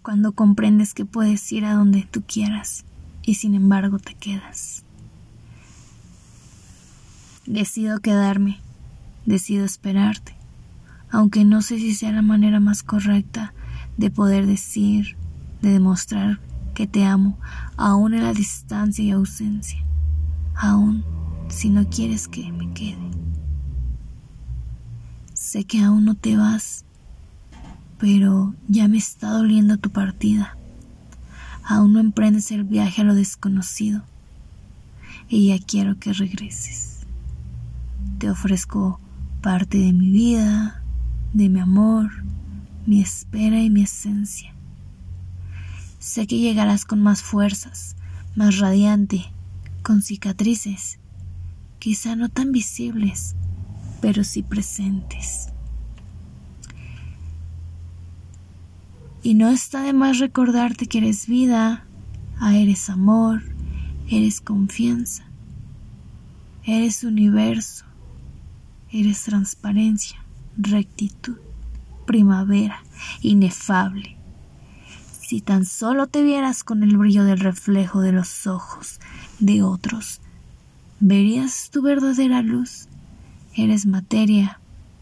Cuando comprendes que puedes ir a donde tú quieras y sin embargo te quedas. Decido quedarme, decido esperarte, aunque no sé si sea la manera más correcta de poder decir, de demostrar que te amo, aún en la distancia y ausencia, aún si no quieres que me quede. Sé que aún no te vas, pero ya me está doliendo tu partida. Aún no emprendes el viaje a lo desconocido y ya quiero que regreses. Te ofrezco parte de mi vida, de mi amor, mi espera y mi esencia. Sé que llegarás con más fuerzas, más radiante, con cicatrices, quizá no tan visibles, pero sí presentes. Y no está de más recordarte que eres vida, eres amor, eres confianza, eres universo, eres transparencia, rectitud, primavera, inefable. Si tan solo te vieras con el brillo del reflejo de los ojos de otros, verías tu verdadera luz. Eres materia,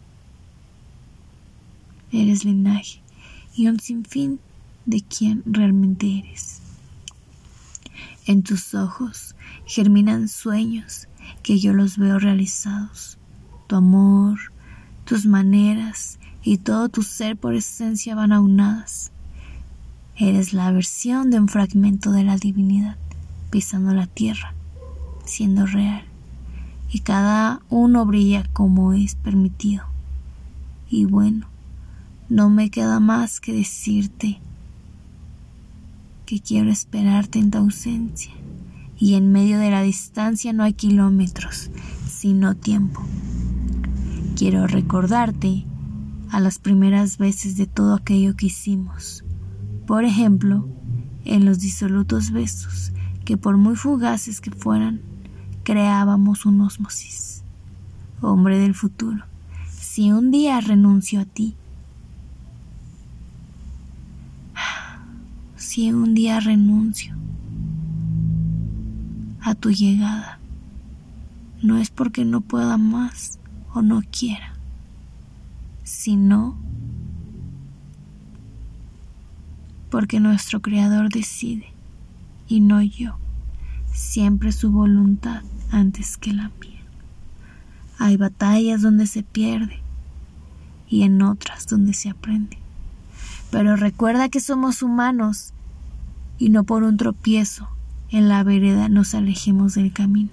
eres linaje y un sinfín de quien realmente eres. En tus ojos germinan sueños que yo los veo realizados. Tu amor, tus maneras y todo tu ser por esencia van aunadas. Eres la versión de un fragmento de la divinidad, pisando la tierra, siendo real. Y cada uno brilla como es permitido. Y bueno, no me queda más que decirte que quiero esperarte en tu ausencia. Y en medio de la distancia no hay kilómetros, sino tiempo. Quiero recordarte a las primeras veces de todo aquello que hicimos. Por ejemplo, en los disolutos besos, que por muy fugaces que fueran, creábamos un ósmosis. Hombre del futuro, si un día renuncio a ti, si un día renuncio a tu llegada, no es porque no pueda más o no quiera, sino porque nuestro Creador decide, y no yo, siempre su voluntad antes que la mía. Hay batallas donde se pierde y en otras donde se aprende. Pero recuerda que somos humanos y no por un tropiezo en la vereda nos alejemos del camino.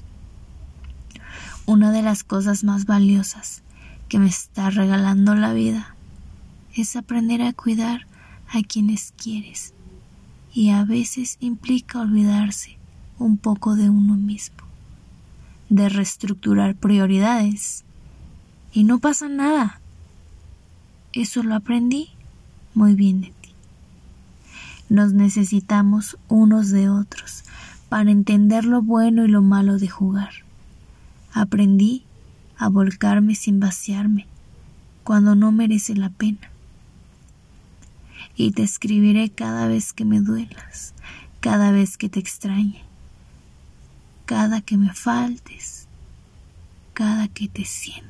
Una de las cosas más valiosas que me está regalando la vida es aprender a cuidar a quienes quieres, y a veces implica olvidarse un poco de uno mismo, de reestructurar prioridades, y no pasa nada. Eso lo aprendí muy bien de ti. Nos necesitamos unos de otros para entender lo bueno y lo malo de jugar. Aprendí a volcarme sin vaciarme cuando no merece la pena. Y te escribiré cada vez que me duelas, cada vez que te extrañe, cada que me faltes, cada que te sienta.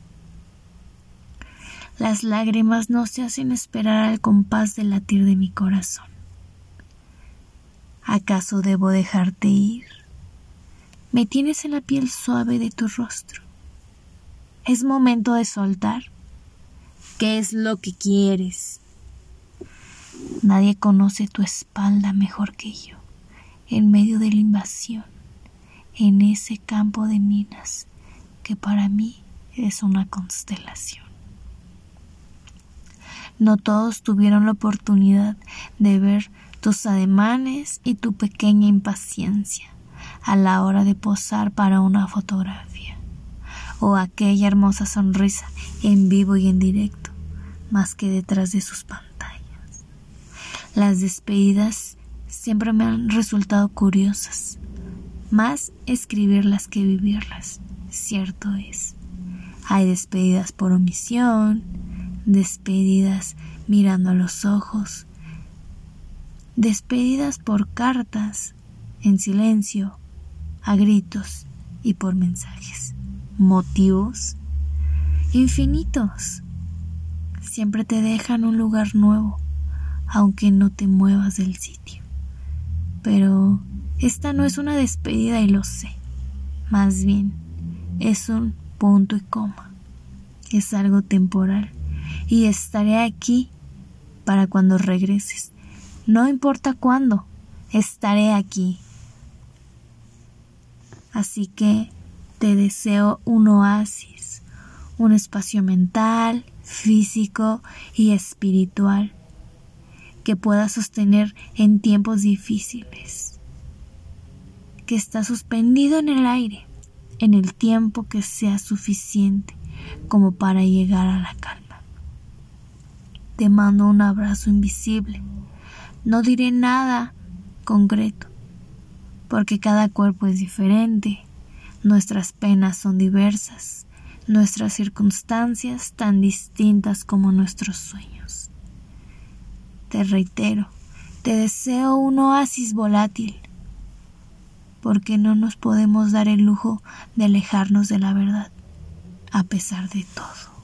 Las lágrimas no se hacen esperar al compás del latir de mi corazón. ¿Acaso debo dejarte ir? Me tienes en la piel suave de tu rostro. ¿Es momento de soltar? ¿Qué es lo que quieres? Nadie conoce tu espalda mejor que yo, en medio de la invasión, en ese campo de minas que para mí es una constelación. No todos tuvieron la oportunidad de ver tus ademanes y tu pequeña impaciencia a la hora de posar para una fotografía, o aquella hermosa sonrisa en vivo y en directo, más que detrás de sus pantallas. Las despedidas siempre me han resultado curiosas, más escribirlas que vivirlas, cierto es. Hay despedidas por omisión, despedidas mirando a los ojos, despedidas por cartas, en silencio, a gritos y por mensajes. Motivos infinitos. Siempre te dejan un lugar nuevo, aunque no te muevas del sitio. Pero esta no es una despedida y lo sé. Más bien, es un punto y coma. Es algo temporal y estaré aquí para cuando regreses. No importa cuándo, estaré aquí. Así que te deseo un oasis, un espacio mental, físico y espiritual que puedas sostener en tiempos difíciles, que está suspendido en el aire, en el tiempo que sea suficiente como para llegar a la calma. Te mando un abrazo invisible. No diré nada concreto, porque cada cuerpo es diferente, nuestras penas son diversas, nuestras circunstancias tan distintas como nuestros sueños. Te reitero, te deseo un oasis volátil, porque no nos podemos dar el lujo de alejarnos de la verdad, a pesar de todo.